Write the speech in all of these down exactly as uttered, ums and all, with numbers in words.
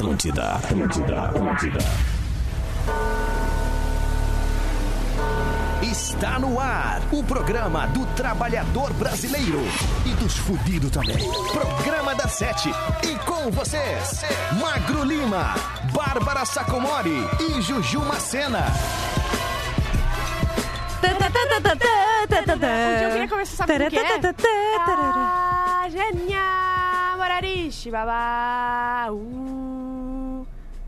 Atlântida, Atlântida, Atlântida. Está no ar o programa do trabalhador brasileiro e dos fudidos também. Programa da Sete. E com vocês, Magro Lima, Bárbara Sacomori e Juju Macena. Um dia eu queria começar, sabe por quê? Ah, genia, morarishi, babá, uh.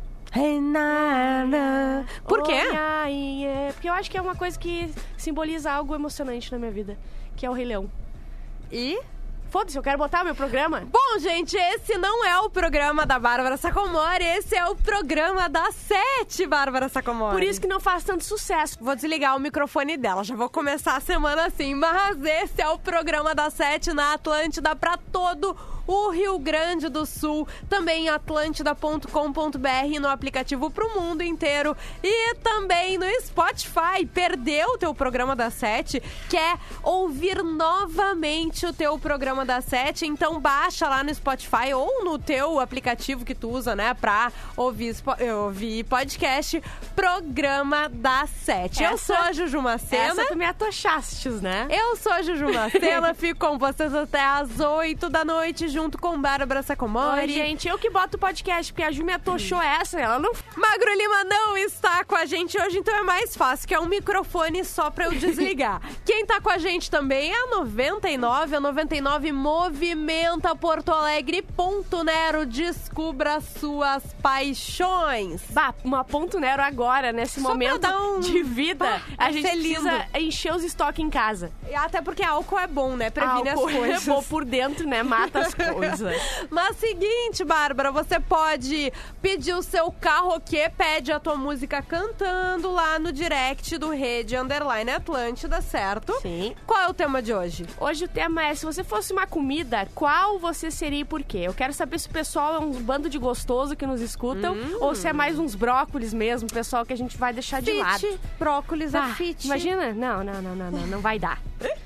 Por quê? Porque eu acho que é uma coisa que simboliza algo emocionante na minha vida, que é o Rei Leão. E? Foda-se, eu quero botar o meu programa. Bom, gente, esse não é o programa da Bárbara Sacomori, esse é o programa da Sete, Bárbara Sacomori. Por isso que não faz tanto sucesso. Vou desligar o microfone dela, já vou começar a semana assim. Mas esse é o programa da Sete na Atlântida pra todo o Rio Grande do Sul, também atlântida ponto com ponto b r no aplicativo pro mundo inteiro e também no Spotify. Perdeu o teu programa da Sete? Quer ouvir novamente o teu programa da Sete? Então baixa lá no Spotify ou no teu aplicativo que tu usa, né, pra ouvir, ouvir podcast Programa da Sete. Essa, eu sou a Juju Macena. Essa tu me atochastes, né? Eu sou a Juju Macena, fico com vocês até às oito da noite, junto com Bárbara Sacomori. Oi, gente, eu que boto o podcast, porque a Ju me atochou essa, ela não... Magro Lima não está com a gente hoje, então é mais fácil, que é um microfone só pra eu desligar. Quem tá com a gente também é a noventa e nove, a noventa e nove movimenta Porto Alegre, Ponto Nero, descubra suas paixões. Bah, uma Ponto Nero agora, nesse só momento um... de vida, bah, a gente lindo. precisa encher os estoques em casa. Até porque álcool é bom, né? Previne álcool as coisas. É bom por dentro, né? Mata as coisas. Mas seguinte, Bárbara, você pode pedir o seu karaokê, pede a tua música cantando lá no direct do Rede Underline Atlântida, certo? Sim. Qual é o tema de hoje? Hoje o tema é, se você fosse uma comida, qual você seria e por quê? Eu quero saber se o pessoal é um bando de gostoso que nos escutam hum. ou se é mais uns brócolis mesmo, pessoal, que a gente vai deixar fit. de lado. Brócolis ah, é fit. Imagina? Não, não, não, não, não, não vai dar.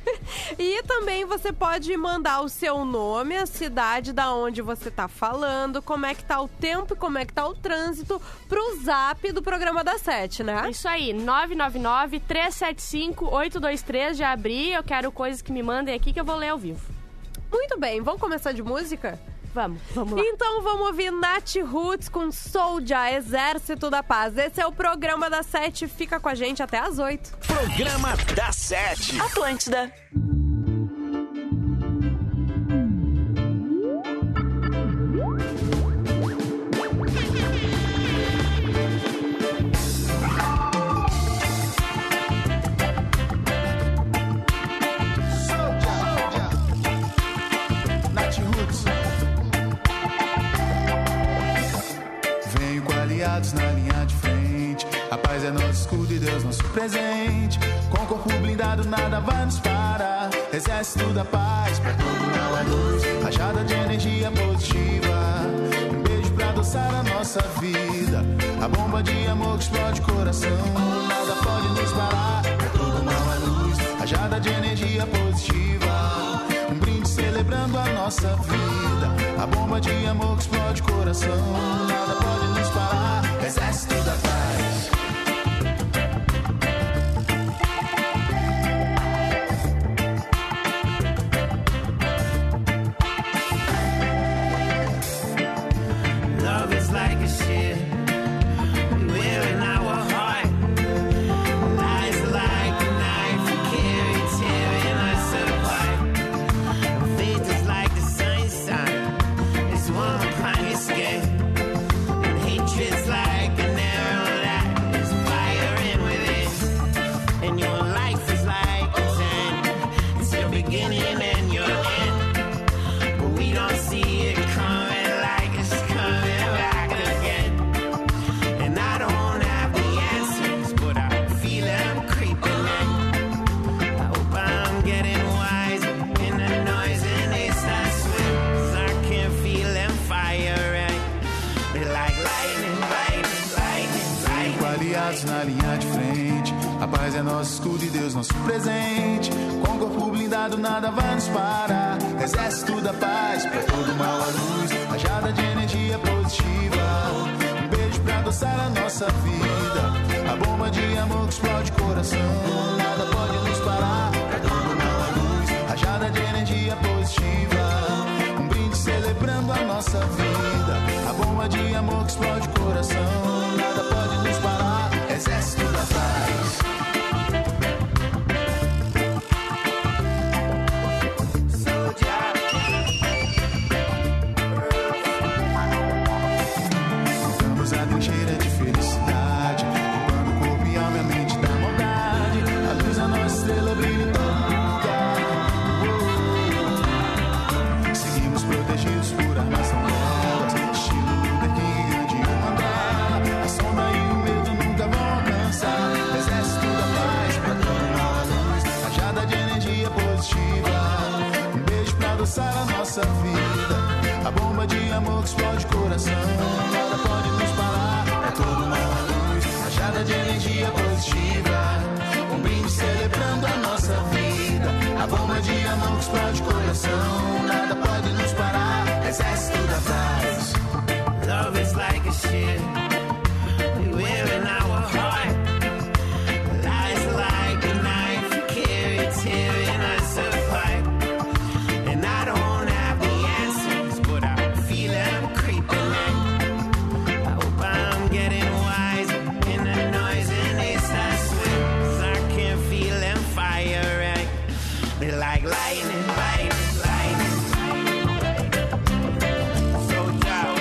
E também você pode mandar o seu nome, a cidade da onde você tá falando, como é que tá o tempo e como é que tá o trânsito pro zap do programa da Sete, né? Isso aí, nove nove nove, três sete cinco, oito dois três, já abri, eu quero coisas que me mandem aqui que eu vou ler ao vivo. Muito bem, vamos começar de música? Vamos, vamos lá. Então vamos ouvir Nath Roots com Soulja, Exército da Paz. Esse é o programa da Sete, fica com a gente até às oito. Programa da Sete. Atlântida. Na linha de frente, a paz é nosso escudo e Deus nosso presente. Com o corpo blindado nada vai nos parar. Exército da paz, pra todo mal a luz, rajada de energia positiva. Um beijo pra adoçar a nossa vida, a bomba de amor que explode o coração. Nada pode nos parar, pra todo mal a luz, rajada de energia positiva. Um brinde celebrando a nossa vida, a bomba de amor que explode o coração. Nada pode nos parar, Exército da Paz. Love is like a ship we wear in our heart. Lies like a knife we carry, tearing us apart. Faith is like the sun's sign, it's warm upon your skin. And hatred's like an arrow that is firing within. And your life is like its end, it's your beginning and your end. But we don't see it coming like it's coming back again. And I don't have the answers, but I feel them creeping in. I hope I'm getting wise in the noise and they start swimming. 'Cause I can feel them firing. They're like lightning, lightning, lightning, lightning. Com aliados na linha de frente, a paz é nosso escudo e Deus nosso presente. Com o corpo blindado nada vai nos parar. Exército da paz, pra todo mal a luz, rajada de energia positiva. adoçar a nossa vida. A bomba de amor que explode coração, nada pode nos parar. É tudo na luz, rajada de energia positiva. Um brinde celebrando a nossa vida. A bomba de amor que explode coração, nada pode nos parar. Exército da paz. Montamos a trincheira de felicidade, limpando o corpo e alma e a mente da maldade. A luz da nossa estrela brilha em todo lugar. Seguimos protegidos por armação delas, estilo Luther King, grande Mandela. A sombra e o medo nunca vão alcançar. Exército da paz, pra todo mal a luz, rajada de energia positiva. Um beijo pra adoçar a nossa vida. A bomba de amor que explode coração, nada pode nos parar. É todo mal a luz, rajada de energia positiva. Um brinde celebrando a nossa vida. A bomba de amor que explode coração, nada pode nos parar. Exército da paz. Love is like a ship we wear in our heart. Lies like a knife we carry, tearing us apart. And I don't have the answers, but I feel them creeping in. I hope I'm getting wiser in the noise and it's not sweet. 'Cause I can feel them firing. They're like lightning, lightning, lightning. So drop,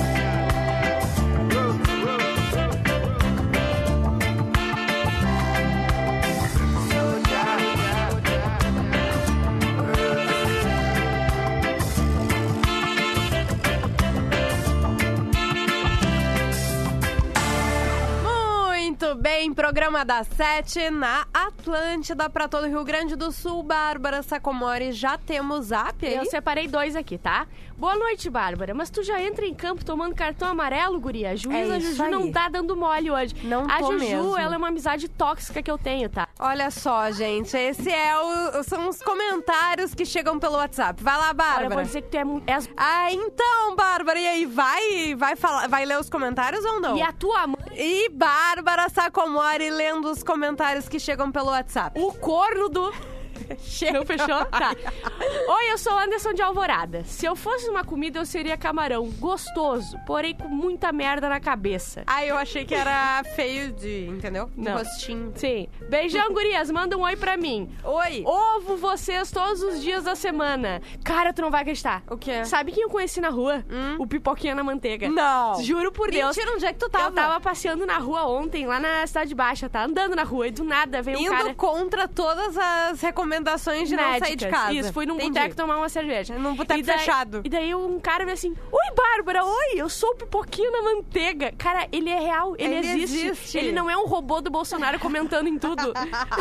Muito bem, programa das sete na Atlântida pra todo o Rio Grande do Sul. Bárbara Sacomori, já temos zap aí? Eu separei dois aqui, tá? Boa noite, Bárbara. Mas tu já entra em campo tomando cartão amarelo, guria? A juíza É isso Juju aí. não tá dando mole hoje. Não A tô Juju, mesmo. ela é uma amizade tóxica que eu tenho, tá? Olha só, gente, esse é o, são os comentários que chegam pelo WhatsApp. Vai lá, Olha, eu Bárbara. vou dizer que tu é... mu- és- Ah, então, Bárbara, e aí, vai, vai, falar, vai ler os comentários ou não? E a tua mãe, E Bárbara Sacomori lendo os comentários que chegam pelo WhatsApp. o corno do... Não fechou? Tá. Oi, eu sou Anderson de Alvorada. Se eu fosse uma comida, eu seria camarão. Gostoso, porém com muita merda na cabeça. Ah, eu achei que era feio de, entendeu? De Não. rostinho. Sim. Beijão, gurias. Manda um oi pra mim. Oi. Ovo vocês todos os dias da semana. Cara, tu não vai acreditar. O quê? Sabe quem eu conheci na rua? O Pipoquinha na Manteiga. Não. Juro por Deus. Mentira, onde é que tu tava? Eu tava passeando na rua ontem, lá na Cidade Baixa, tá? Andando na rua e do nada veio um Indo cara... contra todas as recomendações de não sair de Médicas. casa. Isso, fui num Entendi. boteco tomar uma cerveja. Num boteco E daí- fechado. E daí um cara veio assim, oi, Bárbara, oi, eu sou o Pipoquinha na Manteiga. Cara, ele é real, ele, Ele existe. existe. Ele não é um robô do Bolsonaro comentando em tudo.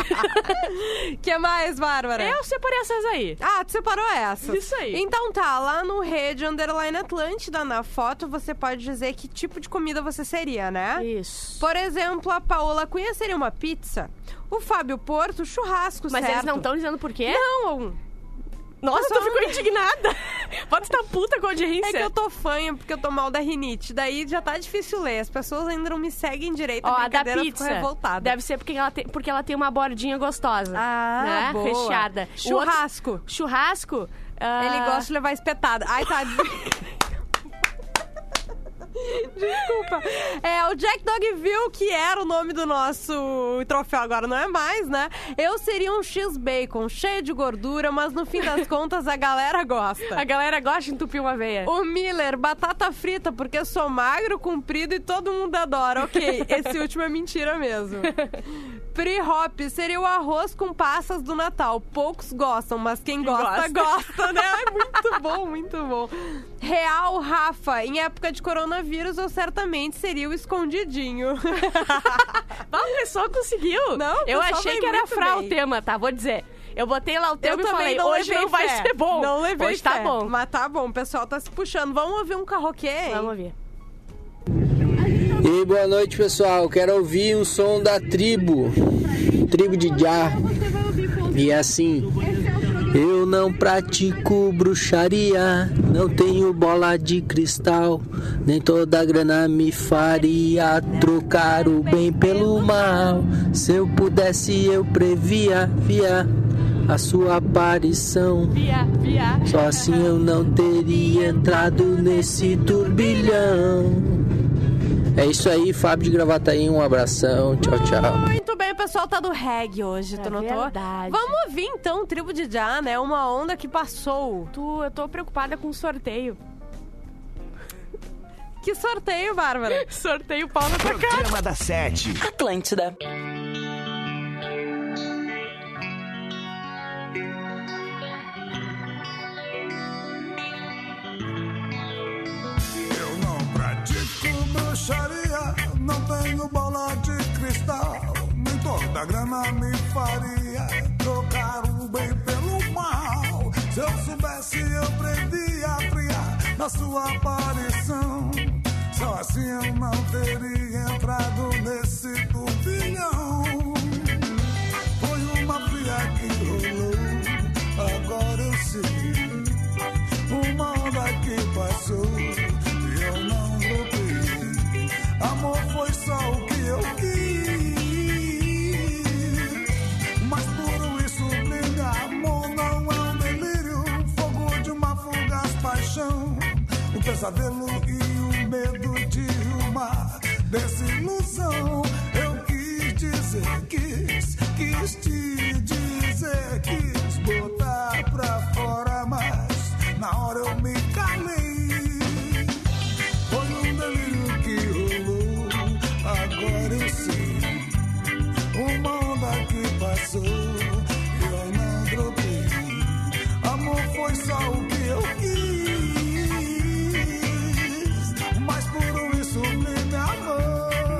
Que mais, Bárbara? Eu separei essas aí. Ah, tu separou essas. Isso aí. Então tá, lá no Rede Underline Atlântida, na foto, você pode dizer que tipo de comida você seria, né? Isso. Por exemplo, a Paola Cunha seria uma pizza. O Fábio Porto, churrasco, Mas certo? eles não estão dizendo por quê? Não, Nossa, Só tu ficou indignada. Pode estar puta com a audiência. é que eu tô fanha porque eu tô mal da rinite. Daí já tá difícil ler. As pessoas ainda não me seguem direito. Ó, a a da brincadeira ficou pizza. revoltada. Deve ser porque ela, tem, porque ela tem uma bordinha gostosa. Ah, né? boa. Recheada. O Churrasco. outro- churrasco? ah, Ele gosta de levar espetada. Ai, tá... Desculpa. É, o Jack Dogville, que era o nome do nosso troféu, agora não é mais, né? Eu seria um X-Bacon, cheio de gordura, mas no fim das contas a galera gosta. A galera gosta de entupir uma veia. O Miller, batata frita, porque eu sou magro, comprido e todo mundo adora. Ok, esse último é mentira mesmo. Pri Hop, seria o arroz com passas do Natal. Poucos gostam, mas quem gosta, gosta. gosta, né? Ai, muito bom, muito bom. Real Rafa, em época de coronavírus, eu certamente seria o escondidinho. Ah, a pessoa conseguiu. Não, o eu pessoal achei vai que era muito fra o bem. tema, tá? Vou dizer. Eu botei lá o tema Eu e também falei, não hoje levei não vai fé. ser bom. Não levei Hoje tá fé. bom. Mas tá bom, o pessoal tá se puxando. Vamos ouvir um karaokê, hein? Vamos ouvir. E boa noite, pessoal. Quero ouvir um som da tribo, tribo de Já. E é assim. Eu não pratico bruxaria, não tenho bola de cristal, nem toda a grana me faria trocar o bem pelo mal. Se eu pudesse eu previa, via a sua aparição. Via, via. Só assim eu não teria entrado nesse turbilhão. É isso aí, Fábio de Gravataí, um abração, tchau, tchau. Muito bem, o pessoal tá do reggae hoje, tu É notou? verdade. Vamos ouvir então, Tribo de Já, né? Uma onda que passou. Tu, eu tô preocupada com o sorteio. Que sorteio, Bárbara? Sorteio pau na tua cara. Programa da Sete. Atlântida. Eu não pratico bruxaria, não tenho bola de cristal, nem toda grana me faria trocar o bem pelo mal. Se eu soubesse eu previa friar na sua aparição, só assim eu não teria entrado nesse turbilhão. Foi uma fria que rolou, agora eu sei, uma onda que passou e eu não voltei. Amor foi só o que eu quis, mas puro e sublime amor não é um delírio, fogo de uma fugaz paixão, um pesadelo e o medo de uma desilusão. Eu quis dizer, quis, quis te dizer, quis botar pra fora, mas na hora eu me calei. Foi um delírio que rolou, agora eu sei, uma onda que passou e eu não dropei. Amor foi só o que eu quis, mas puro e sublime amor.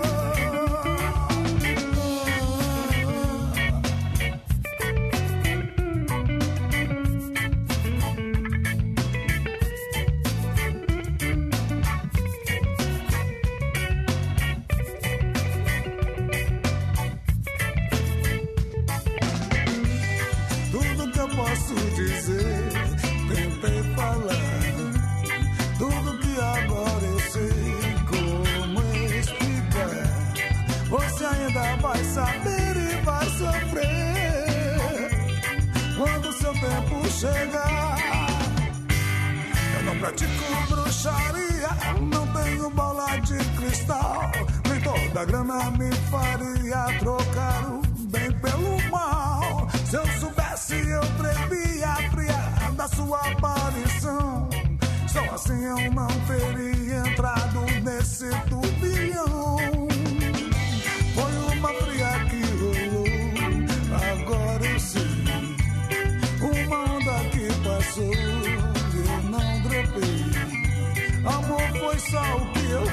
Tudo que eu posso dizer, tentei falar. Tudo que agora eu sei como explicar. Você ainda vai saber e vai sofrer quando seu tempo chegar. Eu não pratico bruxaria, não tenho bola de cristal, nem toda grana me faria trocar o bem pelo mal. Se eu soubesse eu previa friar da sua aparição, só assim eu não teria entrado nesse turbilhão. Foi uma fria que rolou, agora eu sei, uma onda que passou e eu não dropei. Amor foi só o que eu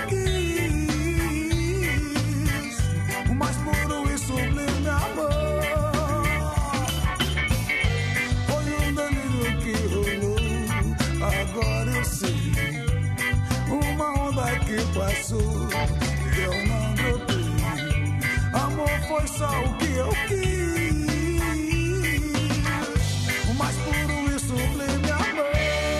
quis, mas puro e sublime amor. Foi um delírio que rolou, agora eu sei, uma onda que passou e eu não dropei. Amor foi só o que eu quis, mas puro e sublime amor.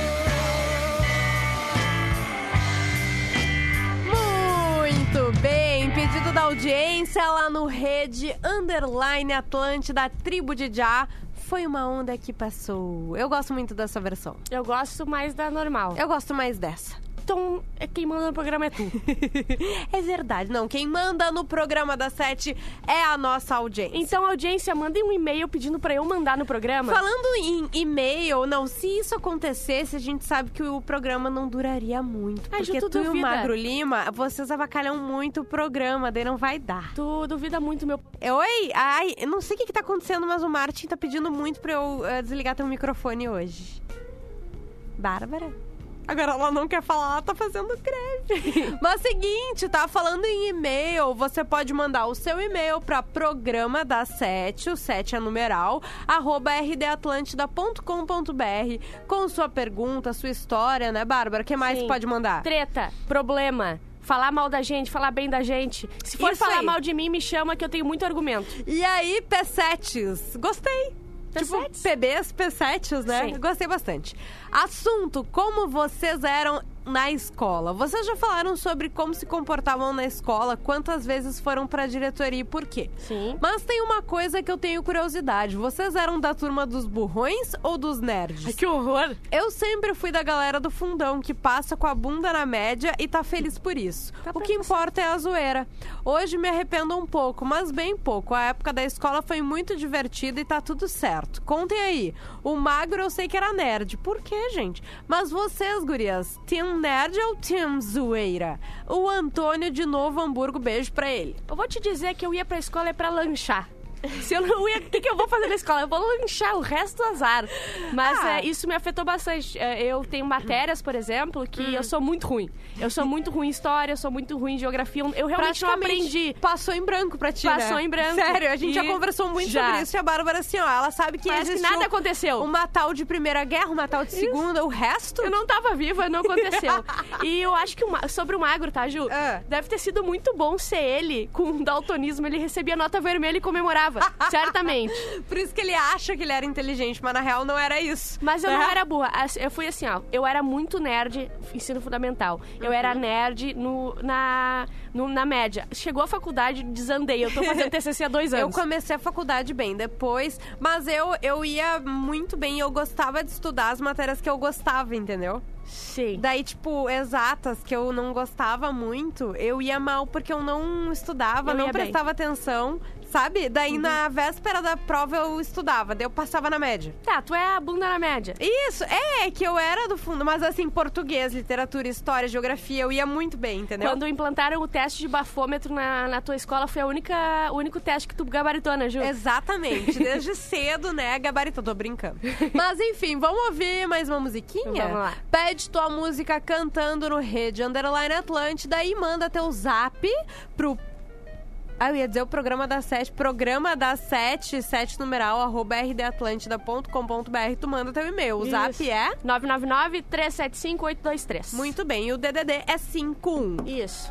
Muito bem, pedido da audiência lá no Rede Underline Atlântida, Tribo de Já. Foi uma onda que passou. Eu gosto muito dessa versão. Eu gosto mais da normal. Eu gosto mais dessa. Então, é quem manda no programa é tu. É verdade. Não, quem manda no programa da Sete é a nossa audiência. Então, audiência, mandem um e-mail pedindo pra eu mandar no programa. Falando em e-mail, não, se isso acontecesse, a gente sabe que o programa não duraria muito. Ai, porque Ju, tu tu e o duvida. Magro Lima, vocês avacalham muito o programa, daí não vai dar. Tu duvida muito, meu... Oi? Ai, eu não sei o que, que tá acontecendo, mas o Martin tá pedindo muito pra eu eh, desligar teu microfone hoje. Bárbara? Agora ela não quer falar, ela tá fazendo greve. Mas seguinte, tá? Falando em e-mail, você pode mandar o seu e-mail pra programa da sete, o sete é numeral, arroba r d atlântida ponto com ponto b r, com sua pergunta, sua história, né, Bárbara? O que mais Sim. pode mandar? Treta, problema, falar mal da gente, falar bem da gente. Se for Isso falar aí. mal de mim, me chama que eu tenho muito argumento. E aí, P setes? Gostei. Tipo, P sete? P Bs, P setes, né? Sim. Gostei bastante. Assunto, como vocês eram na escola. Vocês já falaram sobre como se comportavam na escola, quantas vezes foram pra diretoria e por quê. Sim. Mas tem uma coisa que eu tenho curiosidade. Vocês eram da turma dos burrões ou dos nerds? Ai, que horror. Eu sempre fui da galera do fundão, que passa com a bunda na média e tá feliz por isso. Tá O que importa é a zoeira. Hoje me arrependo um pouco, mas bem pouco. A época da escola foi muito divertida e tá tudo certo. Contem aí. O magro eu sei que era nerd. Por quê, gente? Mas vocês, gurias, Team Nerd ou Team Zoeira? O Antônio de Novo Hamburgo, beijo pra ele. Eu vou te dizer que eu ia pra escola é pra lanchar. Se eu não ia, o que, que eu vou fazer na escola? Eu vou lanchar o resto do azar. Mas Ah. é, isso me afetou bastante. É, eu tenho matérias, por exemplo, que Hum. eu sou muito ruim. Eu sou muito ruim em história, eu sou muito ruim em geografia. Eu realmente não Praticamente aprendi. Passou em branco pra ti, Passou né? em branco. Sério, a gente E já conversou muito já. sobre isso. E a Bárbara, assim, ó, ela sabe que Parece que existiu nada aconteceu. uma tal de Primeira Guerra, uma tal de Segunda, o resto... Eu não tava viva, não aconteceu. E eu acho que o ma- sobre o magro, tá, Ju? Ah. Deve ter sido muito bom ser ele com daltonismo. Ele recebia nota vermelha e comemorava. Certamente. Por isso que ele acha que ele era inteligente, mas na real não era isso. Mas eu né? não era burra. As- Eu fui assim, ó. Eu era muito nerd ensino fundamental. Eu era nerd no, na, no- na média. Chegou a faculdade, desandei. Eu tô fazendo T C C há dois Eu anos. comecei a faculdade bem depois, mas eu, eu ia muito bem, eu gostava de estudar as matérias que eu gostava, entendeu? Sim. Daí, tipo, exatas, que eu não gostava muito, eu ia mal porque eu não estudava, Eu não ia bem. prestava atenção, sabe? Daí, Uhum. na véspera da prova, eu estudava, daí eu passava na média. Tá, tu é a bunda na média. Isso, é, que eu era do fundo, mas assim, português, literatura, história, geografia, eu ia muito bem, entendeu? Quando implantaram o teste de bafômetro na, na tua escola, foi a única, o único teste que tu gabaritou, né, Ju? Exatamente, desde cedo, né, gabaritou, tô brincando. Mas enfim, vamos ouvir mais uma musiquinha? Vamos lá. Pede tua música cantando no Rede Underline Atlântida e manda teu zap pro... Ah, eu ia dizer o programa da sete, programa da sete, sete numeral, arroba r d atlântida ponto com ponto b r, tu manda teu e-mail. O Isso. zap é... nove nove nove, três sete cinco, oito dois três. Muito bem, e o D D D é cinco um. Isso.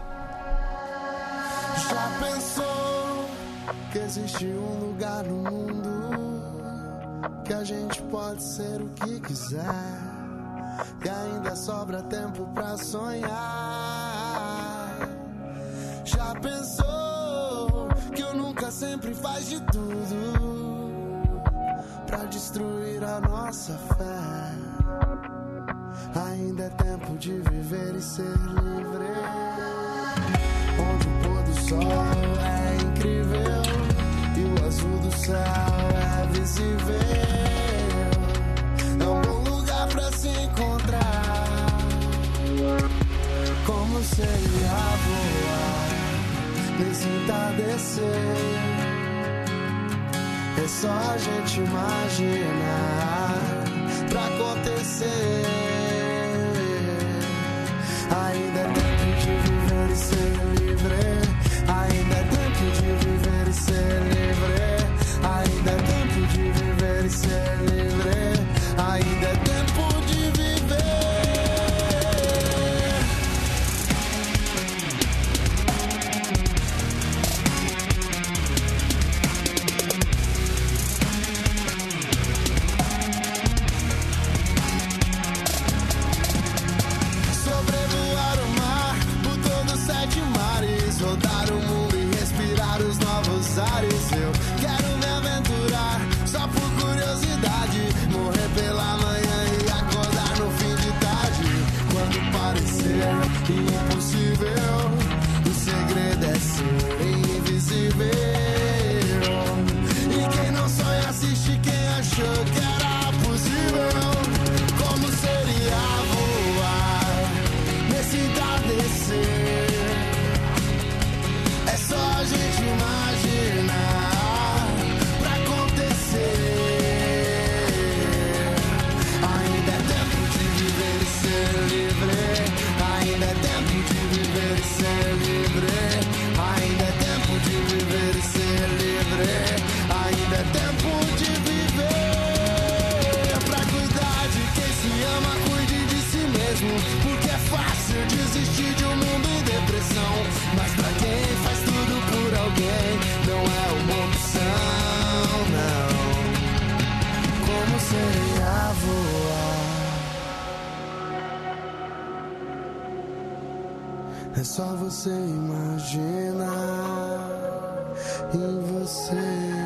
Já pensou que existe um lugar no mundo que a gente pode ser o que quiser e ainda sobra tempo pra sonhar? Já pensou que o nunca sempre faz de tudo pra destruir a nossa fé? Ainda é tempo de viver e ser livre, onde o pôr do sol é incrível e o azul do céu é visível. É um bom lugar pra se encontrar. Como seria voar nesse entardecer? É só a gente imaginar pra acontecer. Ainda é tempo de viver e ser livre. Ainda é tempo de viver e ser livre. Ainda é tempo de viver e ser livre. Ainda é tempo de viver. Sobrevoar o mar por todos os sete mares, rodar o mundo e respirar os novos ares. Eu quero me aventurar só por curiosidade, morrer pela manhã e acordar no fim de tarde. Quando parecer impossível, o segredo é ser invisível. E quem não sonha assiste quem achou que era possível. Como seria voar nesse entardecer? É só a gente imaginar pra acontecer. Ainda é tempo de viver e ser livre. Ainda é tempo de viver e ser livre. Ainda é tempo de viver e ser livre. Ainda é tempo de viver. Pra cuidar de quem se ama, cuide de si mesmo. Porque é fácil desistir de um mundo em depressão, mas pra quem faz tudo por alguém, não é uma opção, não. É só você imaginar em você.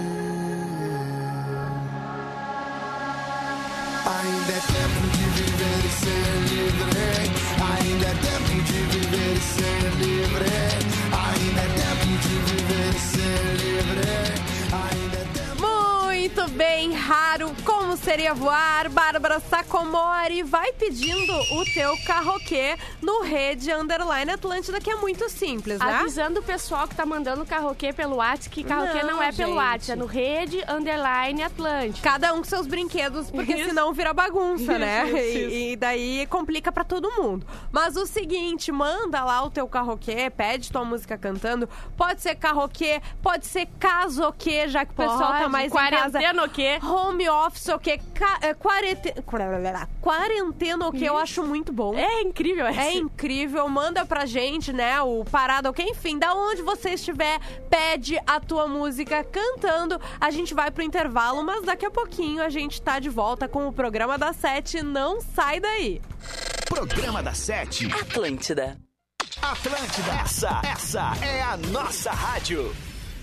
Ainda é tempo de viver e ser livre. Ainda é tempo de viver e ser livre. Ainda é tempo de viver e ser livre. Ainda é tempo... Muito bem, Raro. Como seria voar? Bárbara Sacomori vai pedindo o teu carroquê no Rede Underline Atlântida, que é muito simples, né? Avisando o pessoal que tá mandando carroquê pelo WhatsApp que carroquê não, Não, é pelo gente. WhatsApp, é no Rede Underline Atlântida. Cada um com seus brinquedos, porque Isso. senão vira bagunça, né? Isso, E- isso. E, daí complica pra todo mundo. Mas o seguinte, manda lá o teu carroquê, pede tua música cantando. Pode ser carroquê, pode ser casoquê, já que o pessoal tá Pode, mais em casa. quarentena o quê? Home office, o quê? Ca- é, quarente... Quarentena, o quê? Eu acho muito bom. É incrível essa. É incrível, manda pra gente, né, o Parada, ok? Enfim, da onde você estiver, pede a tua música cantando. A gente vai pro intervalo, mas daqui a pouquinho a gente tá de volta com o Programa da Sete. Não sai daí. Programa da Sete. Atlântida. Atlântida. Essa, essa é a nossa rádio.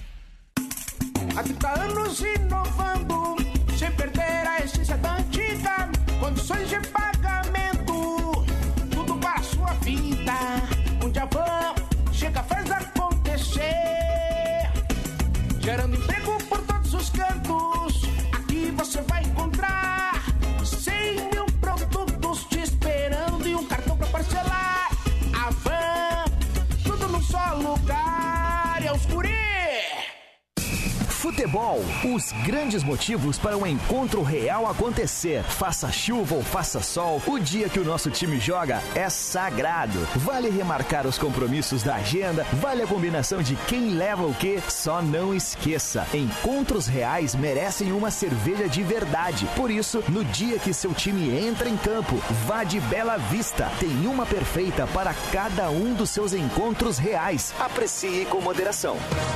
Há trinta anos inovando, sem perder a essência da antiga. Condições de pagamento, tudo para a sua vida. Onde a van chega, faz acontecer, gerando emprego por todos os cantos. Aqui você vai encontrar cem mil produtos te esperando e um cartão para parcelar. A van, tudo num só lugar. E é os guri. Futebol, os grandes motivos para um encontro real acontecer. Faça chuva ou faça sol, o dia que o nosso time joga é sagrado. Vale remarcar os compromissos da agenda, vale a combinação de quem leva o quê. Só não esqueça, encontros reais merecem uma cerveja de verdade. Por isso, no dia que seu time entra em campo, vá de Bela Vista. Tem uma perfeita para cada um dos seus encontros reais. Aprecie com moderação.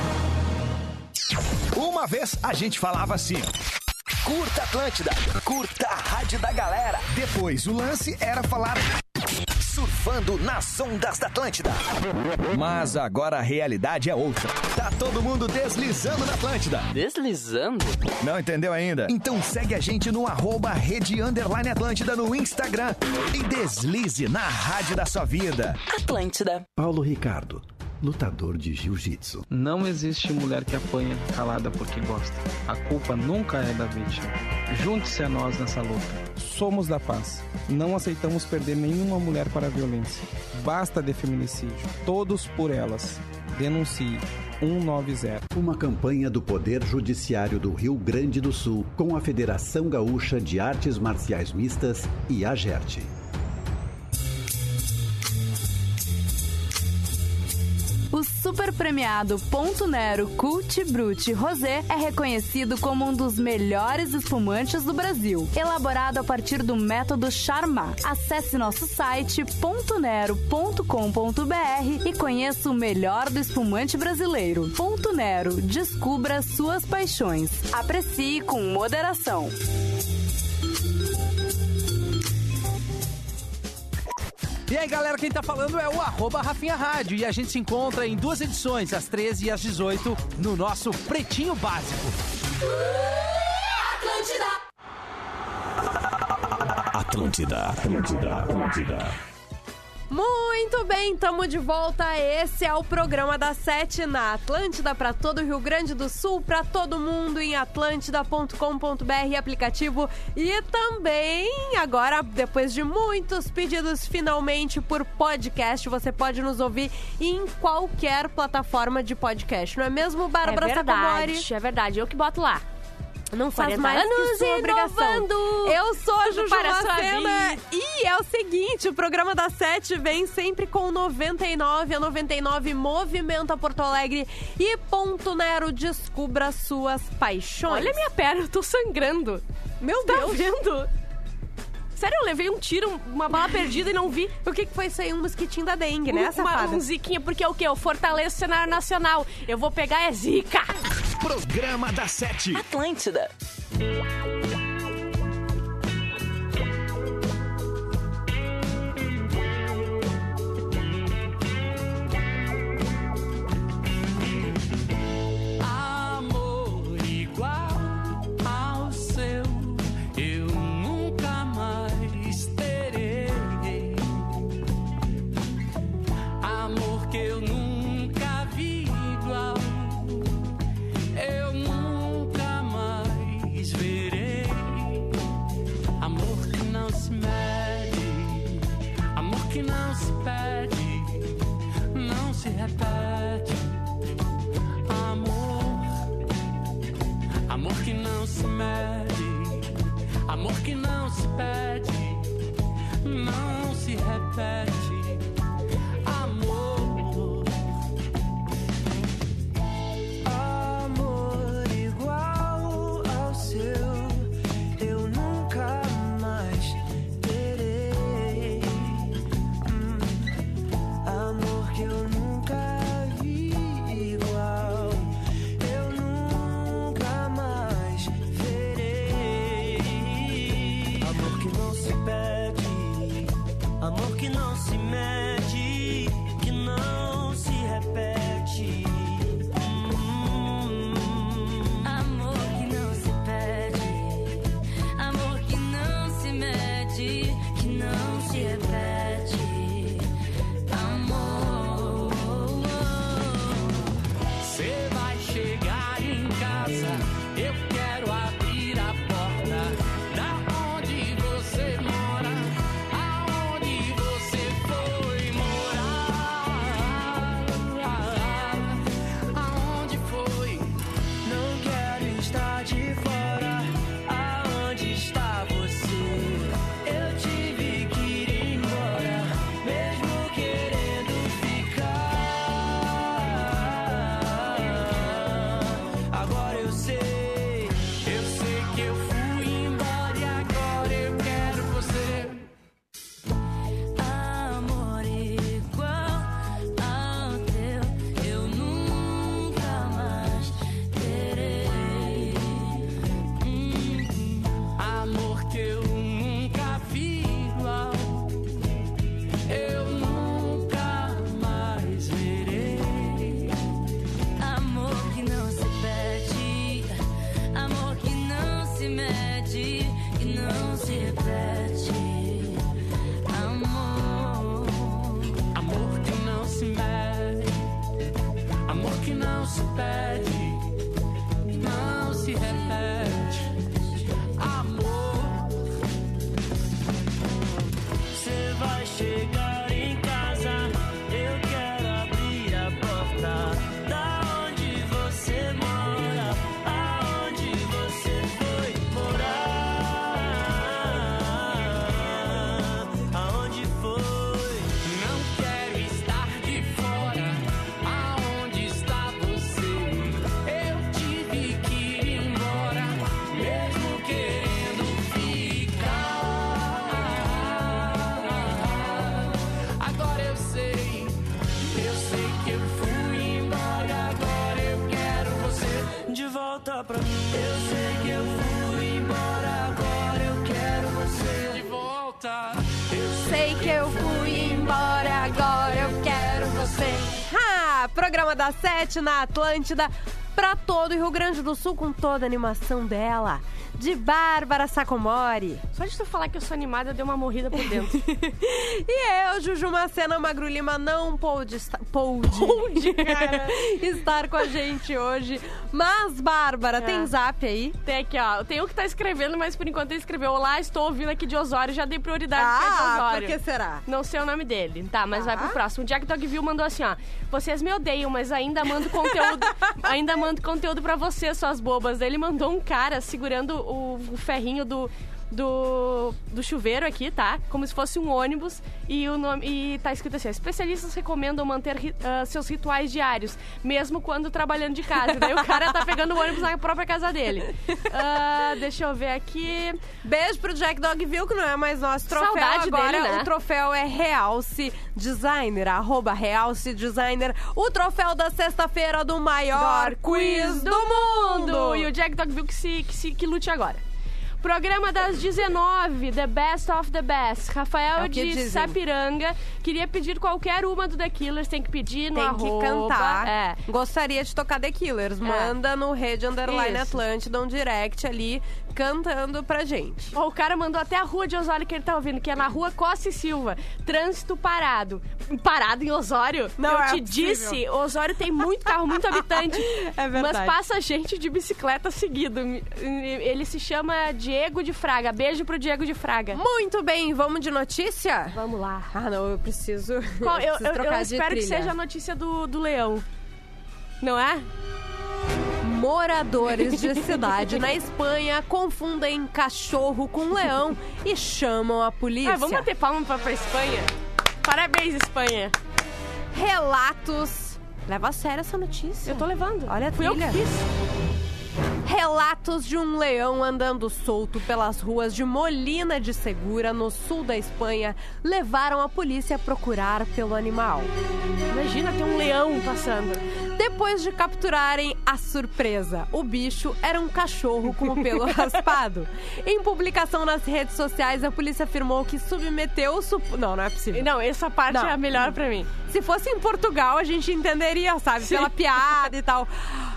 Uma vez a gente falava assim: curta Atlântida, curta a rádio da galera. Depois o lance era falar surfando nas ondas da Atlântida. Mas agora a realidade é outra. Tá todo mundo deslizando na Atlântida. Deslizando? Não entendeu ainda? Então segue a gente no arroba Rede Underline Atlântida no Instagram e deslize na rádio da sua vida. Atlântida. Paulo Ricardo, lutador de jiu-jitsu. Não existe mulher que apanha calada porque gosta. A culpa nunca é da vítima. Junte-se a nós nessa luta. Somos da paz. Não aceitamos perder nenhuma mulher para a violência. Basta de feminicídio. Todos por elas. Denuncie. cento e noventa. Uma campanha do Poder Judiciário do Rio Grande do Sul com a Federação Gaúcha de Artes Marciais Mistas e a GERT. O super premiado Ponto Nero Cult Brut Rosé é reconhecido como um dos melhores espumantes do Brasil, elaborado a partir do método Charmat. Acesse nosso site ponto nero ponto com ponto b r e conheça o melhor do espumante brasileiro. Ponto Nero, descubra suas paixões. Aprecie com moderação. E aí, galera, quem tá falando é o arroba Rafinha Rádio. E a gente se encontra em duas edições, às treze e às dezoito, no nosso Pretinho Básico. Atlântida. Atlântida, Atlântida, Atlântida. Muito bem, tamo de volta. Esse é o Programa da Sete na Atlântida, para todo o Rio Grande do Sul, para todo mundo em atlântida ponto com ponto b r, aplicativo. E também, agora, depois de muitos pedidos, finalmente por podcast, você pode nos ouvir em qualquer plataforma de podcast. Não é mesmo, Bárbara É Sacomori? verdade, é verdade. Eu que boto lá. Não faz quarenta mais que anos sua obrigação. inovando. Eu sou a Juju para a sua Macena vida. e é o seguinte, o Programa da Sete vem sempre com noventa e nove, a noventa e nove movimenta Porto Alegre e Ponto Nero, descubra suas paixões. Olha minha perna, eu tô sangrando. Meu Tá Deus. vendo? Sério, eu levei um tiro, uma bala perdida e não vi. O que, que foi isso aí? Um mosquitinho da dengue, né, uma, safada? um ziquinha, porque é o quê? Eu fortaleço o cenário nacional. Eu vou pegar é zica. Programa da Sete. Atlântida. se perde, não se repete. Amor, você vai chegar em casa, eu quero abrir a porta. Da onde você mora, aonde você foi morar, aonde foi? Não quero estar de fora, aonde está você? Eu tive que ir embora, mesmo querendo ficar. Agora eu sei, eu sei que eu fui embora, agora eu quero você de volta pra mim. Eu sei que eu fui embora, agora eu quero você de volta. Eu Sei que eu fui embora, agora eu quero você. Ah, programa da Sete na Atlântida, pra todo o Rio Grande do Sul, com toda a animação dela, de Bárbara Sacomori. Só de tu falar que eu sou animada, eu dei uma morrida por dentro. E eu, Juju Macena, Magro Lima, não pôde, esta- pôde, cara. estar com a gente hoje. Mas, Bárbara, tem É. zap aí? Tem aqui, ó. Tem um que tá escrevendo, mas por enquanto ele escreveu: olá, estou ouvindo aqui de Osório, já dei prioridade pra de Ah, Osório. por que será? Não sei o nome dele. Tá, mas Tá. vai pro próximo. O Jack Dogville mandou assim, ó: vocês me odeiam, mas ainda mando conteúdo. ainda mando conteúdo pra vocês, suas bobas. Daí ele mandou um cara segurando o, o ferrinho do, do, do chuveiro aqui, tá? Como se fosse um ônibus. E, o nome, e tá escrito assim: especialistas recomendam manter ri- ah, seus rituais diários, mesmo quando trabalhando de casa. Daí o cara tá pegando o ônibus na própria casa dele. Ah, deixa eu ver aqui. Beijo pro Jack Dogville, que não é mais nosso troféu. Saudade Agora dele, né? o troféu é Realce Designer, arroba Realce Designer. O troféu da sexta-feira do maior quiz do mundo. E o Jack Dogville que, se, que, se, que lute agora. Programa das dezenove, The Best of the Best. Rafael É o que de dizem. Sapiranga queria pedir qualquer uma do The Killers. Tem que pedir no Tem arroba. que cantar. É. Gostaria de tocar The Killers. Manda no Rede Underline Isso. Atlântida um direct ali, cantando pra gente. Ó, o cara mandou até a rua de Osório que ele tá ouvindo, que é na rua Costa e Silva. Trânsito parado. Parado em Osório? Não Eu é te possível. disse, Osório tem muito carro, muito habitante. É verdade. Mas passa gente de bicicleta seguido. Ele se chama Diego de Fraga. Beijo pro Diego de Fraga. Muito bem, vamos de notícia? Vamos lá. Ah, não, eu preciso, Qual- eu, preciso eu- trocar eu de espero que trilha. seja a notícia do, do leão. Não é? Moradores de cidade na Espanha confundem cachorro com leão e chamam a polícia. Ah, vamos bater palma pra, pra Espanha. Parabéns, Espanha. Relatos... Leva a sério essa notícia. Eu tô levando. Olha a Fui eu trilha. que fiz. Relatos de um leão andando solto pelas ruas de Molina de Segura, no sul da Espanha, levaram a polícia a procurar pelo animal. Imagina ter um leão passando. Depois de capturarem a surpresa, o bicho era um cachorro com o pelo raspado. Em publicação nas redes sociais, a polícia afirmou que submeteu o sup... Não, não é possível. Não, essa parte Não. é a melhor pra mim. Se fosse em Portugal, a gente entenderia, sabe? Sim. Pela piada e tal.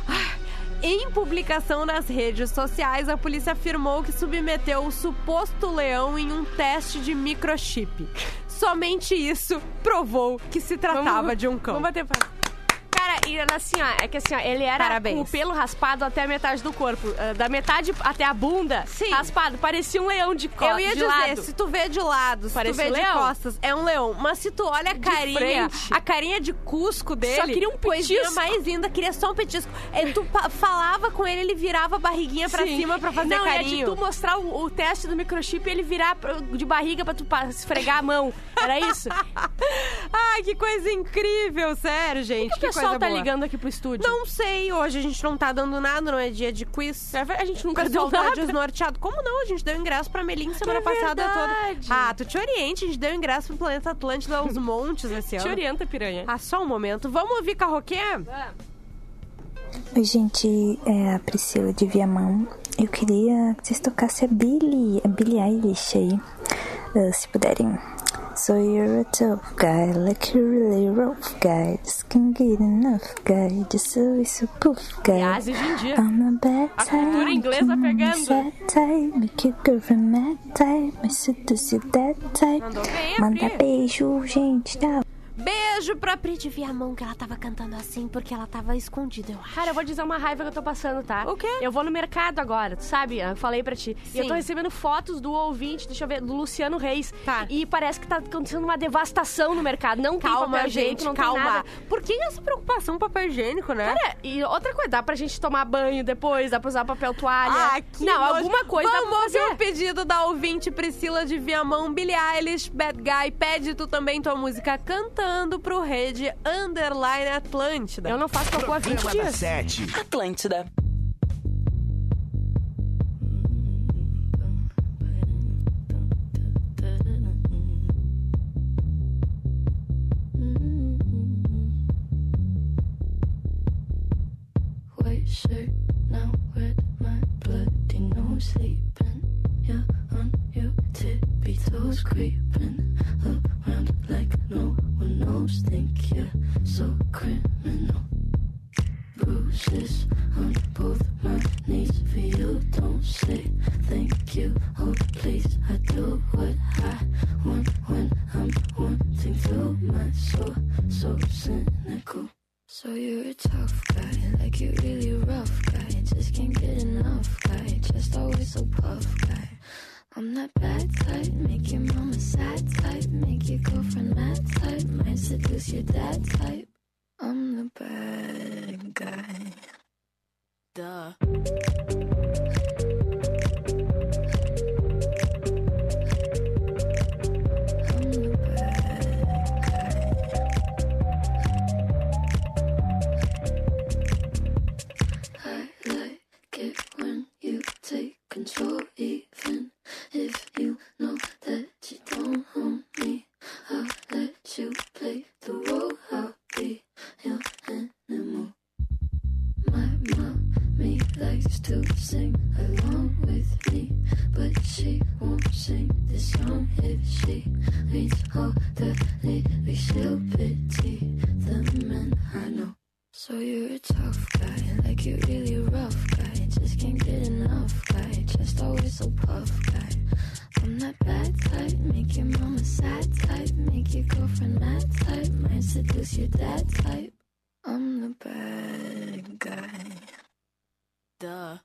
Em publicação nas redes sociais, a polícia afirmou que submeteu o suposto leão em um teste de microchip. Somente isso provou que se tratava Vamos- de um cão. Vamos bater palma. Cara, e era assim, ó, é que assim, ó, ele era Parabéns. com o pelo raspado até a metade do corpo. ah, Da metade até a bunda, Sim. raspado. Parecia um leão de costas. Eu ia de dizer, lado. se tu vê de lado, se Parece tu vê um de leão. costas, é um leão. Mas se tu olha a carinha, frente. a carinha de cusco dele, Só queria um coisinha petisco. mais linda, queria só um petisco. É, tu pa- falava com ele, ele virava a barriguinha pra Sim. cima pra fazer Não, carinho. é de tu mostrar o, o teste do microchip e ele virar pra- de barriga pra tu pa- esfregar a mão. Era isso? Ai, que coisa incrível, sério, gente. Por que o que pessoal coisa tá boa. ligando aqui pro estúdio? Não sei, hoje a gente não tá dando nada, não é dia de quiz. É ver- a gente O nunca pessoal deu tá nada. desnorteado. Como não? A gente deu ingresso pra Melim semana É passada verdade. toda. Ah, tu te oriente, a gente deu ingresso pro Planeta Atlântida aos montes esse Te ano. orienta, piranha. Ah, só um momento. Vamos ouvir Carroquê? Oi, gente, é a Priscila de Viamão. Eu queria que vocês tocassem a Billie, a Billie Eilish aí, uh, se puderem. So you're a tough guy, like you're really rough guy. Just can't get enough guy, just so so poof guy. Aliás, hoje em dia, I'm a bad a cultura inglesa pegando. Sad type, make your girlfriend mad type, mas seduce that type. Mandou bem, a Manda Pri. beijo, gente, tchau. Beijo! beijo pra Pri de Viamão, que ela tava cantando assim porque ela tava escondida, eu acho. Cara, eu vou dizer uma raiva que eu tô passando, tá? O quê? Eu vou no mercado agora, tu sabe? Eu falei pra ti. Sim. E eu tô recebendo fotos do ouvinte, deixa eu ver, do Luciano Reis. Tá. E parece que tá acontecendo uma devastação no mercado. Não tem Calma, papel higiênico, gente, não calma. tem nada. Por que essa preocupação com papel higiênico, né? Cara, e outra coisa, dá pra gente tomar banho depois, dá pra usar papel toalha. Ah, que Não, nojo. alguma coisa Vamos dá pra fazer. ouvir o pedido da ouvinte Priscila de Viamão, Billie Eilish, Bad Guy. Pede tu também tua música cantando pro Rede Underline Atlântida. Eu não faço cocô há vinte Programa da dias. Sete. Atlântida. White shirt, now wet, my bloody nose sleeping. You're on your tippy toes, creeping around like no one knows. Think you're so criminal. Bruises on both my knees for you. Don't say thank you. Oh, please, I do what I want when I'm wanting to. My soul so cynical. So you're a tough guy, like you're really a rough guy. Just can't get enough guy, just always so puff guy. I'm that bad type, make your mama sad type, make your girlfriend mad type, might seduce your dad type. I'm the bad guy. Duh. Control, even if you know that you don't own me. I'll let you play the role. I'll be your animal. My mommy likes to sing along with me, but she won't sing this song if she reads all the lyrics. She'll pity the men I know. So you're a tough guy, like you're really a rough guy. Just can't get enough guy, just always so puff guy. I'm that bad type, make your mama sad type, make your girlfriend mad type, might seduce your dad type. I'm the bad guy. Duh.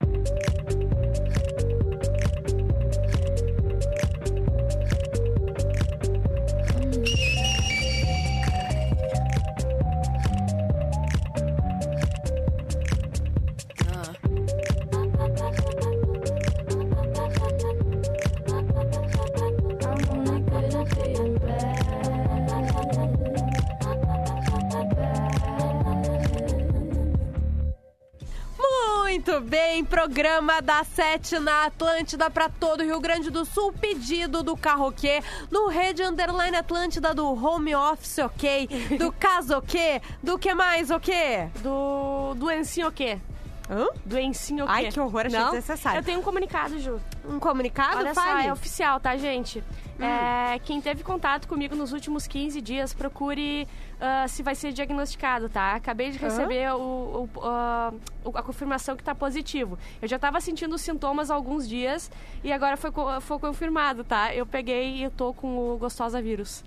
Muito bem, programa da Sete na Atlântida pra todo o Rio Grande do Sul. Pedido do Carroquê no Rede Underline Atlântida, do Home Office OK, do Caso OK, do que mais OK? Do doencinho OK. Hã? Doencinho OK. Ai, que horror, achei Não? desnecessário. Eu tenho um comunicado, Ju. Um comunicado? Olha Fale. só, é oficial, tá, gente? Hum. É, quem teve contato comigo nos últimos quinze dias, procure uh, se vai ser diagnosticado, tá? Acabei de receber uhum. o, o, uh, a confirmação que tá positivo. Eu já tava sentindo os sintomas há alguns dias e agora foi, foi confirmado, tá? Eu peguei e eu tô com o gostosa vírus.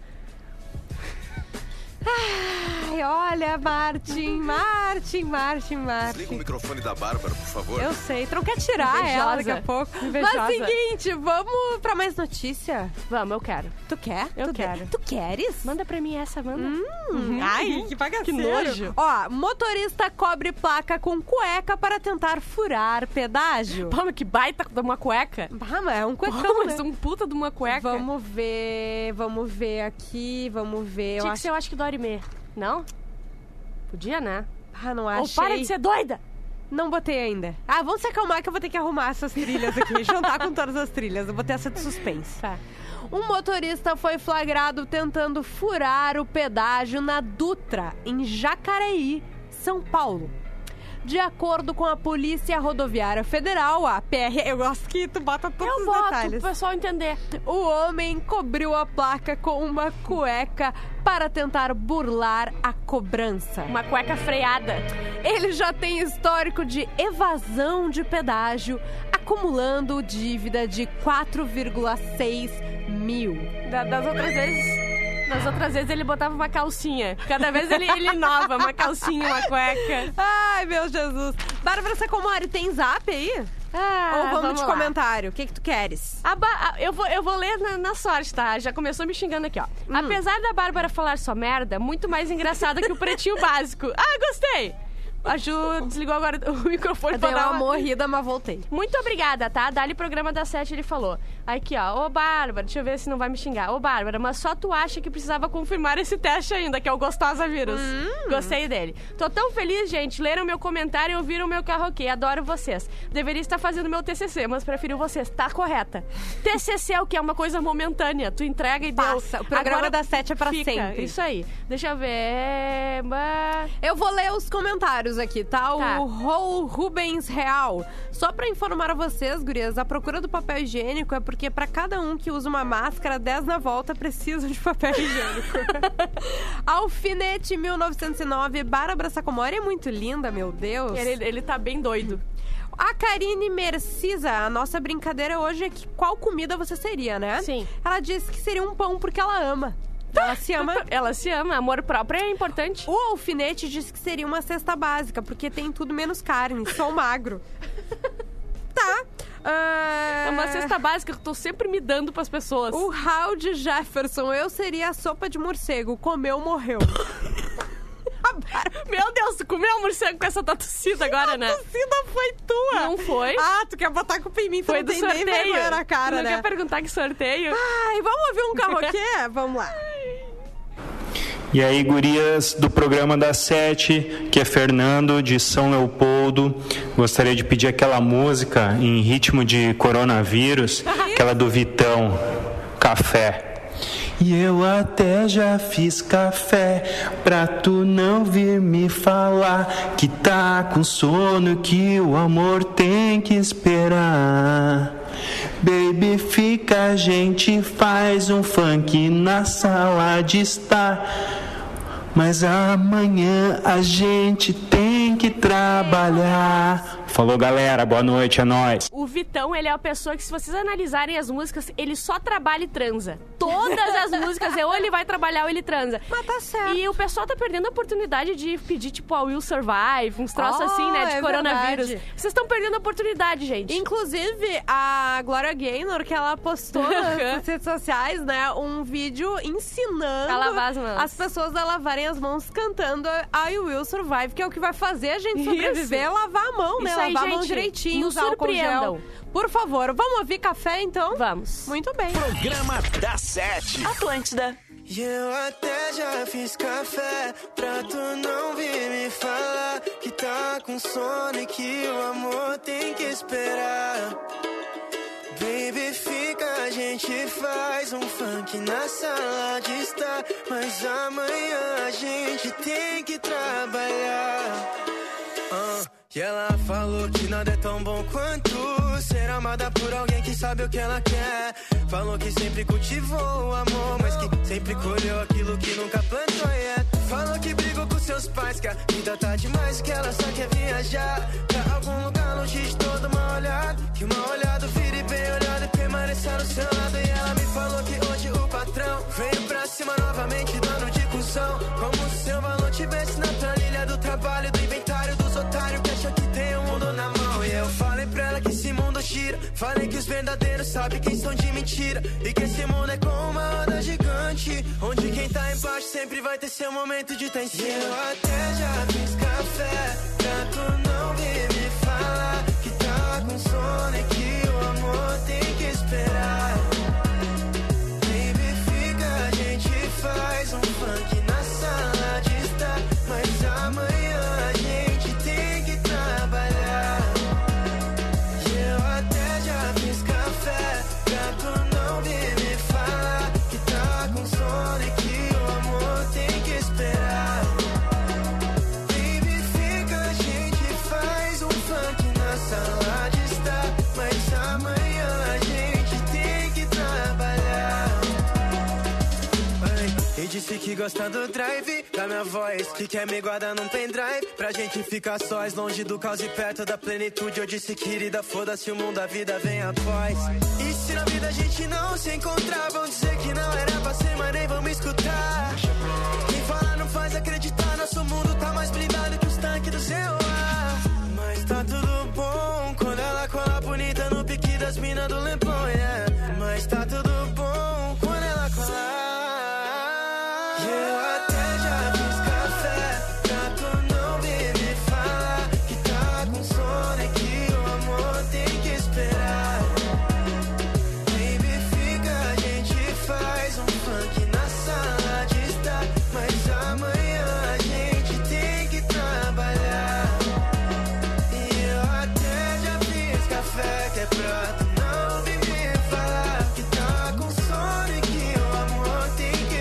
Ai, olha, Martin, Martin, Martin, Martin. Desliga o microfone da Bárbara, por favor. Eu sei, tu não quer tirar Invejosa. ela daqui a pouco. Invejosa. Mas seguinte, vamos pra mais notícia? Vamos, eu quero. Tu quer? Eu tu quero. Quer? Tu queres? Manda pra mim essa, manda. Hum, uhum. Ai, que bagaceiro. Que nojo. Ó, motorista cobre placa com cueca para tentar furar pedágio. Pô, mas que baita de uma cueca. Ah, mas é um cuecão, Pô, né? mas um puta de uma cueca. Vamos ver, vamos ver aqui, vamos ver. Tinha eu que ser, eu acho que Dorime. Não? Podia, né? Ah, não achei. Ou para de ser doida! Não botei ainda. Ah, vamos se acalmar que eu vou ter que arrumar essas trilhas aqui. Juntar com todas as trilhas. Eu vou ter essa de suspense. Tá. Um motorista foi flagrado tentando furar o pedágio na Dutra, em Jacareí, São Paulo. De acordo com a Polícia Rodoviária Federal, a P R... Eu gosto que tu bota todos eu os boto, detalhes. pro pessoal entender. O homem cobriu a placa com uma cueca para tentar burlar a cobrança. Uma cueca freada. Ele já tem histórico de evasão de pedágio, acumulando dívida de quatro vírgula seis mil. Da, das outras vezes... nas outras vezes ele botava uma calcinha. Cada vez ele, ele inova, uma calcinha, uma cueca. Ai, meu Jesus. Bárbara Sacomori, tem zap aí? Ah, Ou vamos, vamos de lá. comentário? O que que tu queres? A ba- a- eu, vou, eu vou ler na, na sorte, tá? Já começou me xingando aqui, ó. Hum. Apesar da Bárbara falar só merda, muito mais engraçada que o Pretinho Básico. Ah, gostei! A Ju desligou agora o microfone Eu pra dei dar uma morrida, mas voltei. Muito obrigada, tá? Dali programa da Sete, ele falou. Aqui, ó. Ô, Bárbara, deixa eu ver se não vai me xingar. Ô, Bárbara, mas só tu acha que precisava confirmar esse teste ainda, que é o Gostosa Vírus. Hum. Gostei dele. Tô tão feliz, gente. Leram meu comentário e ouviram meu karaokê. Adoro vocês. Deveria estar fazendo meu T C C, mas prefiro vocês. Tá correta. T C C é o que? É uma coisa momentânea. Tu entrega e Passa. deu. O programa Agora da Sete é pra fica. sempre. Isso aí. Deixa eu ver. Bah. Eu vou ler os comentários aqui, tá? Tá. O Rou Rubens Real. Só pra informar a vocês, gurias, a procura do papel higiênico é porque pra cada um que usa uma máscara, dez na volta precisam de papel higiênico. Alfinete mil novecentos e nove. Bárbara Sacomori é muito linda, meu Deus. Ele, ele tá bem doido. A Karine Mercisa, a nossa brincadeira hoje é que qual comida você seria, né? Sim. Ela disse que seria um pão porque ela ama. Ela se ama. Ela se ama. Amor próprio é importante. O Alfinete disse que seria uma cesta básica, porque tem tudo menos carne, sou magro. Tá. Uh... É uma cesta básica que eu tô sempre me dando pras pessoas. O Raul de Jefferson, eu seria a sopa de morcego. Comeu, morreu. Meu Deus, tu comeu um morcego com essa tua tossida agora, né? A tossida foi tua. Não foi? Ah, tu quer botar culpa em mim, tu Foi não do tem nem sorteio. vergonha na cara, não né? quer perguntar que sorteio? Ai, vamos ouvir um karaokê? Vamos lá. E aí, gurias do programa da Sete, que é Fernando, de São Leopoldo. Gostaria de pedir aquela música em ritmo de coronavírus, aquela do Vitão, Café. E eu até já fiz café pra tu não vir me falar que tá com sono, que o amor tem que esperar. Baby, fica, a gente faz um funk na sala de estar. Mas amanhã a gente tem que trabalhar. Falou, galera, boa noite, é nóis. O Vitão, ele é a pessoa que, se vocês analisarem as músicas, ele só trabalha e transa. Todas as músicas, é ou ele vai trabalhar ou ele transa. Mas tá certo. E o pessoal tá perdendo a oportunidade de pedir, tipo, a Will Survive, uns troços Oh, assim, né, de é coronavírus. verdade. Vocês estão perdendo a oportunidade, gente. Inclusive, a Glória Gaynor, que ela postou nas redes sociais, né, um vídeo ensinando A lavar as mãos. as pessoas a lavarem as mãos cantando I Will Survive, que é o que vai fazer a gente sobreviver, é lavar a mão, né? Isso aí, lavar a mão gente, direitinho, nos usar álcool gel. surpreendam. Por favor, vamos ouvir café, então? Vamos. Muito bem. Programa da Sete. Atlântida. E eu até já fiz café pra tu não vir me falar que tá com sono e que o amor tem que esperar. Baby, fica, a gente faz um funk na sala de estar. Mas amanhã a gente tem que trabalhar. Ah, e ela falou que nada é tão bom quanto ser amada por alguém que sabe o que ela quer. Falou que sempre cultivou o amor, mas que sempre colheu aquilo que nunca plantou. Yeah. Falou que brigou com seus pais, que a vida tá demais, que ela só quer viajar pra algum lugar longe de todo mal olhado. Que uma olhada vire bem olhado e permaneça no seu lado. E ela me falou que hoje o patrão veio pra cima novamente, dando de cuzão. Como se seu valor tivesse na planilha do trabalho, do inventário dos otários que acham que tem o mundo na mão. E eu falei pra ela que esse mundo gira. Falei que os verdadeiros sabem quem são de mentira. E que esse mundo é como uma roda gigante, onde quem tá embaixo sempre vai ter seu momento de estar em cima. E eu até já fiz café pra tu não vir me falar que tá com sono e que o amor tem que esperar. Baby, fica, a gente faz um funk na sala de estar. Mas amanhã a gente tem que trabalhar. E eu até já fiz café pra tu não vir me falar que tá com sono e que o amor tem que esperar. Baby, fica, a gente faz um disse que gosta do drive da minha voz, que quer me guardar num pendrive pra gente ficar sós, longe do caos e perto da plenitude. Eu disse, querida, foda-se o mundo, a vida vem após. E se na vida a gente não se encontrar, vão dizer que não era pra ser, mas nem vamos escutar. Quem fala não faz acreditar, nosso mundo tá mais blindado que os tanques do seu ar. Mas tá tudo bom quando ela cola bonita no pique das minas do Leblon, yeah. Mas tá tudo bom quando ela cola. E eu até já fiz café pra tu não vir me falar que tá com sono e que o amor tem que esperar. Baby, fica, a gente faz um funk na sala de estar, mas amanhã a gente tem que trabalhar. E eu até já fiz café que é pra tu não vir me falar que tá com sono e que o amor tem que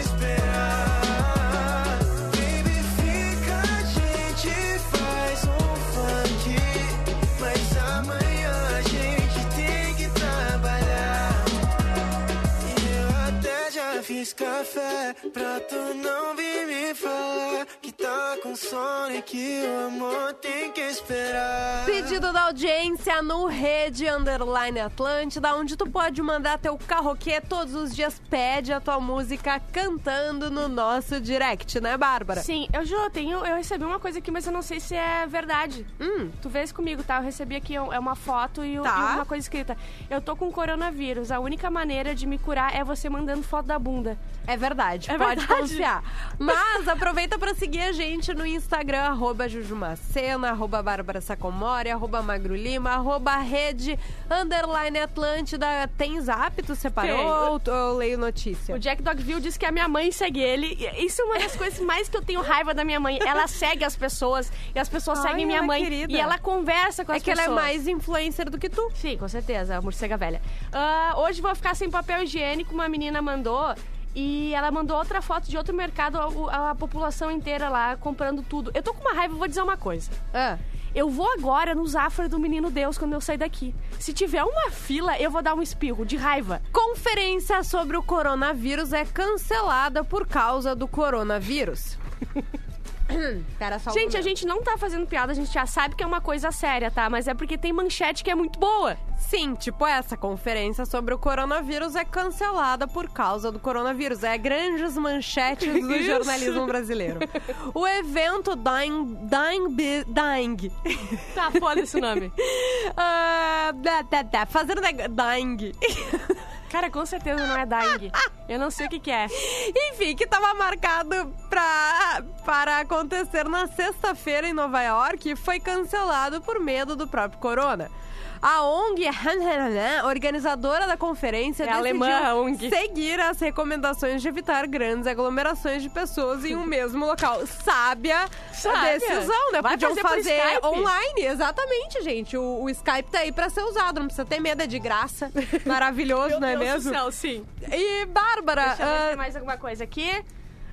esperar. Baby, fica, a gente faz um funk, mas amanhã a gente tem que trabalhar. E eu até já fiz café pra tu não vir me falar que tá com sono e que o amor tem que esperar. Pedido da audiência no Rede Underline Atlântida, onde tu pode mandar teu karaokê todos os dias, pede a tua música cantando no nosso direct, né, Bárbara? Sim, eu já tenho, eu recebi uma coisa aqui, mas eu não sei se é verdade. Hum. Tu vês comigo, tá? Eu recebi aqui é uma foto e, Tá. e uma coisa escrita. Eu tô com coronavírus, a única maneira de me curar é você mandando foto da bunda. É verdade, É pode verdade. confiar. Mas aproveita pra seguir a gente no Instagram, arroba Jujumacena, arroba Bárbara Sacomori, arroba Magro Lima, arroba Rede Underline Atlântida. Tem zap, tu separou Tem. ou tu- eu leio notícia? O Jack Dogville disse que a minha mãe segue ele. E isso é uma das coisas mais que eu tenho raiva da minha mãe. Ela segue as pessoas e as pessoas Ai, seguem minha ela é mãe. querida. E ela conversa com É as que pessoas. ela é mais influencer do que tu. Sim, com certeza, a morcega velha. Ah, hoje vou ficar sem papel higiênico, uma menina mandou. E ela mandou outra foto de outro mercado, a, a população inteira lá comprando tudo. Eu tô com uma raiva, vou dizer uma coisa. Ah. Eu vou agora no Zafra do Menino Deus quando eu sair daqui. Se tiver uma fila, eu vou dar um espirro de raiva. Conferência sobre o coronavírus é cancelada por causa do coronavírus. Pera só um Gente, a momento. gente não tá fazendo piada, a gente já sabe que é uma coisa séria, tá? Mas é porque tem manchete que é muito boa. Sim, tipo essa conferência sobre o coronavírus é cancelada por causa do coronavírus. É grandes manchetes do Isso. jornalismo brasileiro. O evento Dying... Dying... Bi- Dying. Tá, foda esse nome. Ah, tá, tá, tá. Fazendo neg- Dying. Cara, com certeza não é Dying. Eu não sei o que que é. Enfim, que estava marcado pra, para acontecer na sexta-feira em Nova York e foi cancelado por medo do próprio corona. A O N G, organizadora da conferência, É decidiu alemã, a O N G. seguir as recomendações de evitar grandes aglomerações de pessoas em um mesmo local. Sábia, Sábia. decisão, né? Vai Podiam fazer por fazer Skype. online, exatamente, gente. O, o Skype tá aí pra ser usado, não precisa ter medo, é de graça. Maravilhoso, não é Meu Deus mesmo? do céu, sim. E, Bárbara... Deixa eu ver se ah, tem mais alguma coisa aqui.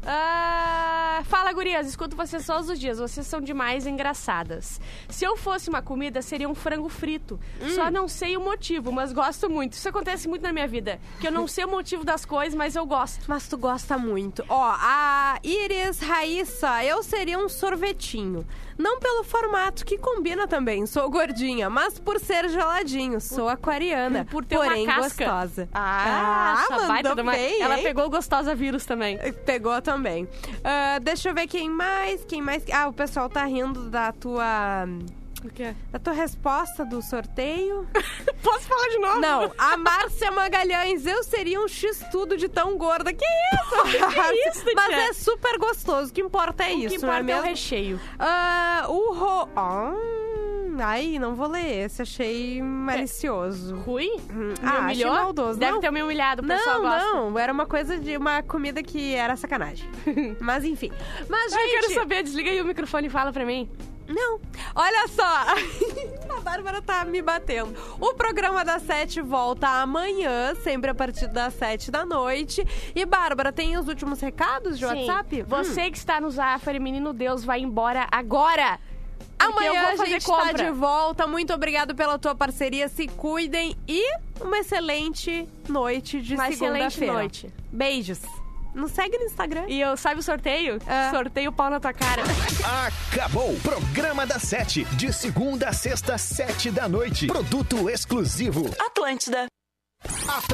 Ah, fala, gurias, escuto vocês todos os dias. Vocês são demais engraçadas. Se eu fosse uma comida, seria um frango frito. Hum. Só não sei o motivo, mas gosto muito. Isso acontece muito na minha vida. Que eu não sei o motivo das coisas, mas eu gosto. Mas tu gosta muito. Ó, a Iris Raíssa, eu seria um sorvetinho. Não pelo formato, que combina também. Sou gordinha, mas por ser geladinho. Sou aquariana, Por ter porém uma casca. gostosa. Ah, essa baita mandou de uma- bem, Ela hein? pegou o gostosa vírus também. Pegou também. Ah, deixa eu ver quem mais, quem mais... Ah, o pessoal tá rindo da tua... O quê? Da tua resposta do sorteio. Posso falar de novo? Não, a Márcia Magalhães, eu seria um x-tudo de tão gorda. Que isso? Que isso, Mas tia? é super gostoso, o que importa é O isso, que não é importa é mesmo? o recheio. Ah, o ro... Ah, ai, não vou ler esse, achei malicioso. Rui? Hum, Me ah, humilhou? achei maldoso. Deve não. ter me humilhado, o pessoal Não, gosta. não, era uma coisa de uma comida que era sacanagem. Mas enfim. Mas, Ai, gente... eu quero saber, desliga aí o microfone e fala pra mim. Não. Olha só. A Bárbara tá me batendo. O programa das sete volta amanhã, sempre a partir das sete da noite. E, Bárbara, tem os últimos recados de Sim. WhatsApp? Você Hum. que está no Zafari, menino Deus, vai embora agora. Porque eu Amanhã vou a fazer gente compra. tá de volta. Muito obrigado pela tua parceria. Se cuidem e uma excelente noite de Uma excelente segunda-feira. noite. Beijos. Nos segue no Instagram. E eu, sabe o sorteio? É. Sorteio pau na tua cara. Acabou! Programa da Sete. De segunda a sexta, sete da noite. Produto exclusivo. Atlântida.